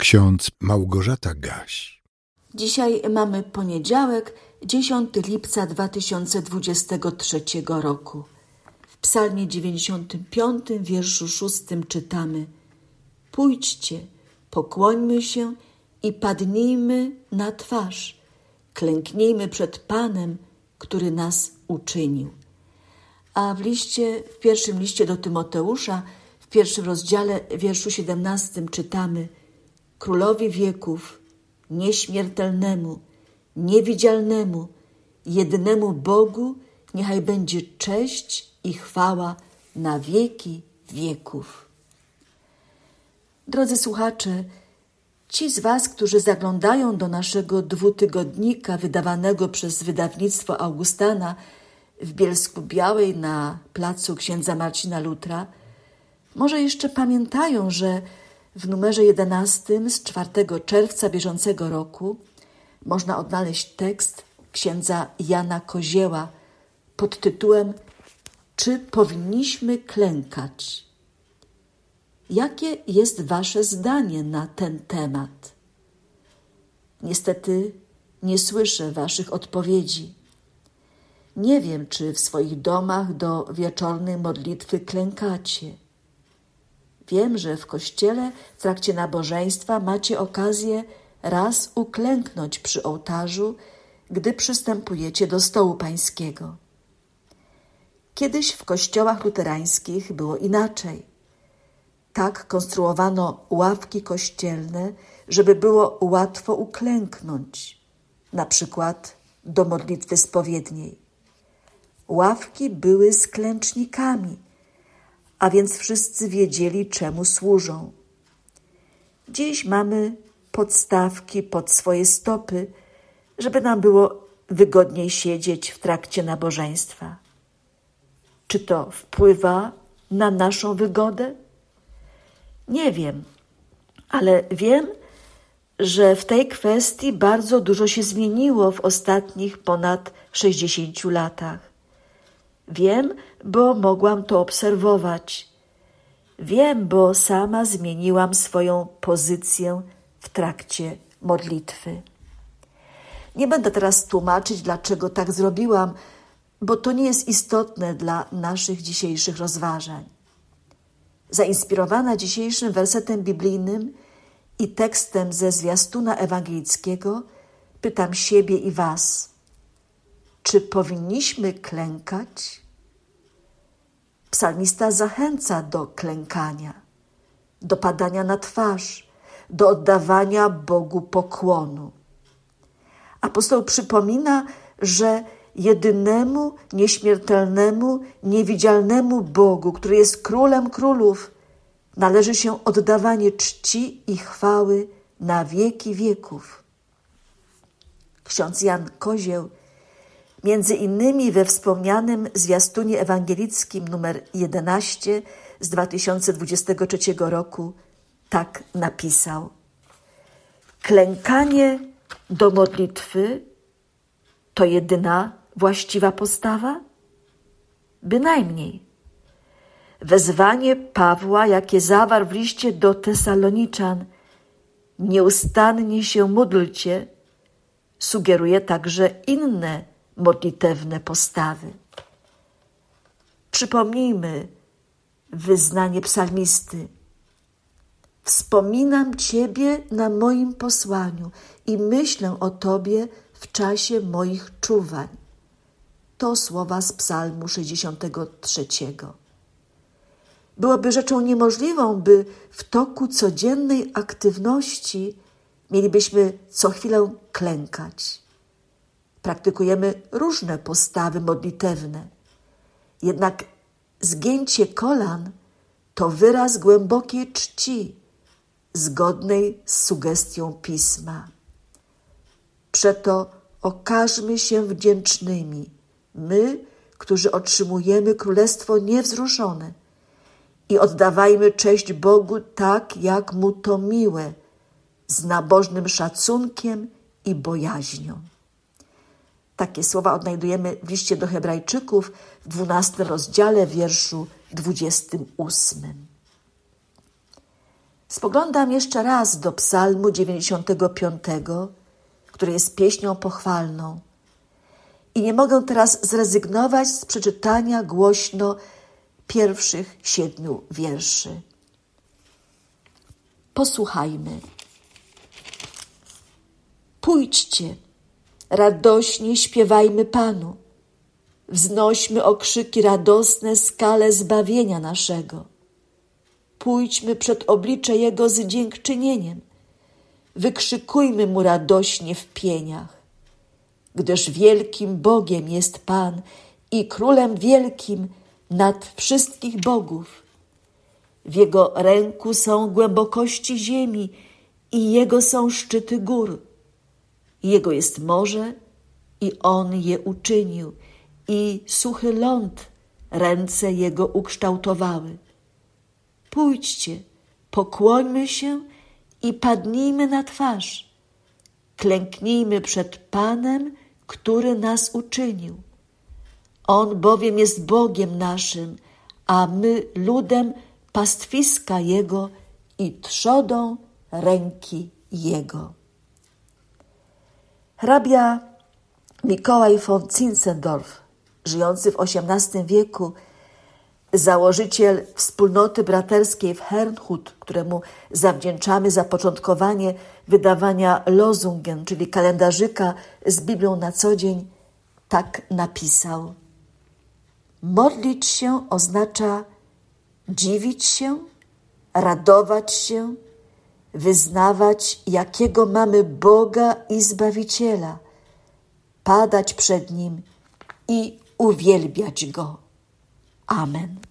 ksiądz Małgorzata Gaś. Dzisiaj mamy poniedziałek, 10 lipca 2023 roku. W psalmie 95, wierszu 6 czytamy: Pójdźcie, pokłońmy się i padnijmy na twarz. Klęknijmy przed Panem, który nas uczynił. A w pierwszym liście do Tymoteusza, w pierwszym rozdziale, wierszu 17 czytamy: Królowi wieków, nieśmiertelnemu, niewidzialnemu, jedynemu Bogu, niechaj będzie cześć i chwała na wieki wieków. Drodzy słuchacze, ci z Was, którzy zaglądają do naszego dwutygodnika wydawanego przez wydawnictwo Augustana w Bielsku-Białej na placu księdza Marcina Lutra, może jeszcze pamiętają, że w numerze 11 z 4 czerwca bieżącego roku można odnaleźć tekst księdza Jana Kozieła pod tytułem Czy powinniśmy klękać? Jakie jest Wasze zdanie na ten temat? Niestety nie słyszę Waszych odpowiedzi. Nie wiem, czy w swoich domach do wieczornej modlitwy klękacie. Wiem, że w kościele w trakcie nabożeństwa macie okazję raz uklęknąć przy ołtarzu, gdy przystępujecie do stołu pańskiego. Kiedyś w kościołach luterańskich było inaczej. Tak konstruowano ławki kościelne, żeby było łatwo uklęknąć, na przykład do modlitwy spowiedniej. Ławki były z klęcznikami, a więc wszyscy wiedzieli, czemu służą. Dziś mamy podstawki pod swoje stopy, żeby nam było wygodniej siedzieć w trakcie nabożeństwa. Czy to wpływa na naszą wygodę? Nie wiem, ale wiem, że w tej kwestii bardzo dużo się zmieniło w ostatnich ponad 60 latach. Wiem, bo mogłam to obserwować. Wiem, bo sama zmieniłam swoją pozycję w trakcie modlitwy. Nie będę teraz tłumaczyć, dlaczego tak zrobiłam, bo to nie jest istotne dla naszych dzisiejszych rozważań. Zainspirowana dzisiejszym wersetem biblijnym i tekstem ze zwiastuna ewangelickiego, pytam siebie i Was: czy powinniśmy klękać? Psalmista zachęca do klękania, do padania na twarz, do oddawania Bogu pokłonu. Apostoł przypomina, że jedynemu, nieśmiertelnemu, niewidzialnemu Bogu, który jest Królem Królów, należy się oddawanie czci i chwały na wieki wieków. Ksiądz Jan Kozieł między innymi we wspomnianym zwiastunie ewangelickim numer 11 z 2023 roku tak napisał: Klękanie do modlitwy to jedyna właściwa postawa? Bynajmniej. Wezwanie Pawła, jakie zawarł w liście do Tesaloniczan, nieustannie się módlcie, sugeruje także inne modlitewne postawy. Przypomnijmy wyznanie psalmisty: Wspominam Ciebie na moim posłaniu i myślę o Tobie w czasie moich czuwań. To słowa z psalmu 63. Byłoby rzeczą niemożliwą, by w toku codziennej aktywności mielibyśmy co chwilę klękać. Praktykujemy różne postawy modlitewne. Jednak zgięcie kolan to wyraz głębokiej czci, zgodnej z sugestią Pisma. Przeto okażmy się wdzięcznymi, my, którzy otrzymujemy Królestwo niewzruszone, i oddawajmy cześć Bogu tak, jak Mu to miłe, z nabożnym szacunkiem i bojaźnią. Takie słowa odnajdujemy w liście do Hebrajczyków w 12 rozdziale, wierszu 28. Spoglądam jeszcze raz do Psalmu 95, który jest pieśnią pochwalną. I nie mogę teraz zrezygnować z przeczytania głośno pierwszych 7 wierszy. Posłuchajmy. Pójdźcie, radośnie śpiewajmy Panu. Wznośmy okrzyki radosne skale zbawienia naszego. Pójdźmy przed oblicze Jego z dziękczynieniem. Wykrzykujmy Mu radośnie w pieniach. Gdyż wielkim Bogiem jest Pan i Królem wielkim nad wszystkich bogów. W Jego ręku są głębokości ziemi i Jego są szczyty gór. Jego jest morze i On je uczynił i suchy ląd ręce Jego ukształtowały. Pójdźcie, pokłońmy się i padnijmy na twarz. Klęknijmy przed Panem, który nas uczynił. On bowiem jest Bogiem naszym, a my ludem pastwiska Jego i trzodą ręki Jego. Hrabia Mikołaj von Zinzendorf, żyjący w XVIII wieku, założyciel wspólnoty braterskiej w Herrnhut, któremu zawdzięczamy zapoczątkowanie wydawania Losungen, czyli kalendarzyka z Biblią na co dzień, tak napisał. Modlić się oznacza dziwić się, radować się, wyznawać, jakiego mamy Boga i Zbawiciela, padać przed Nim i uwielbiać Go. Amen.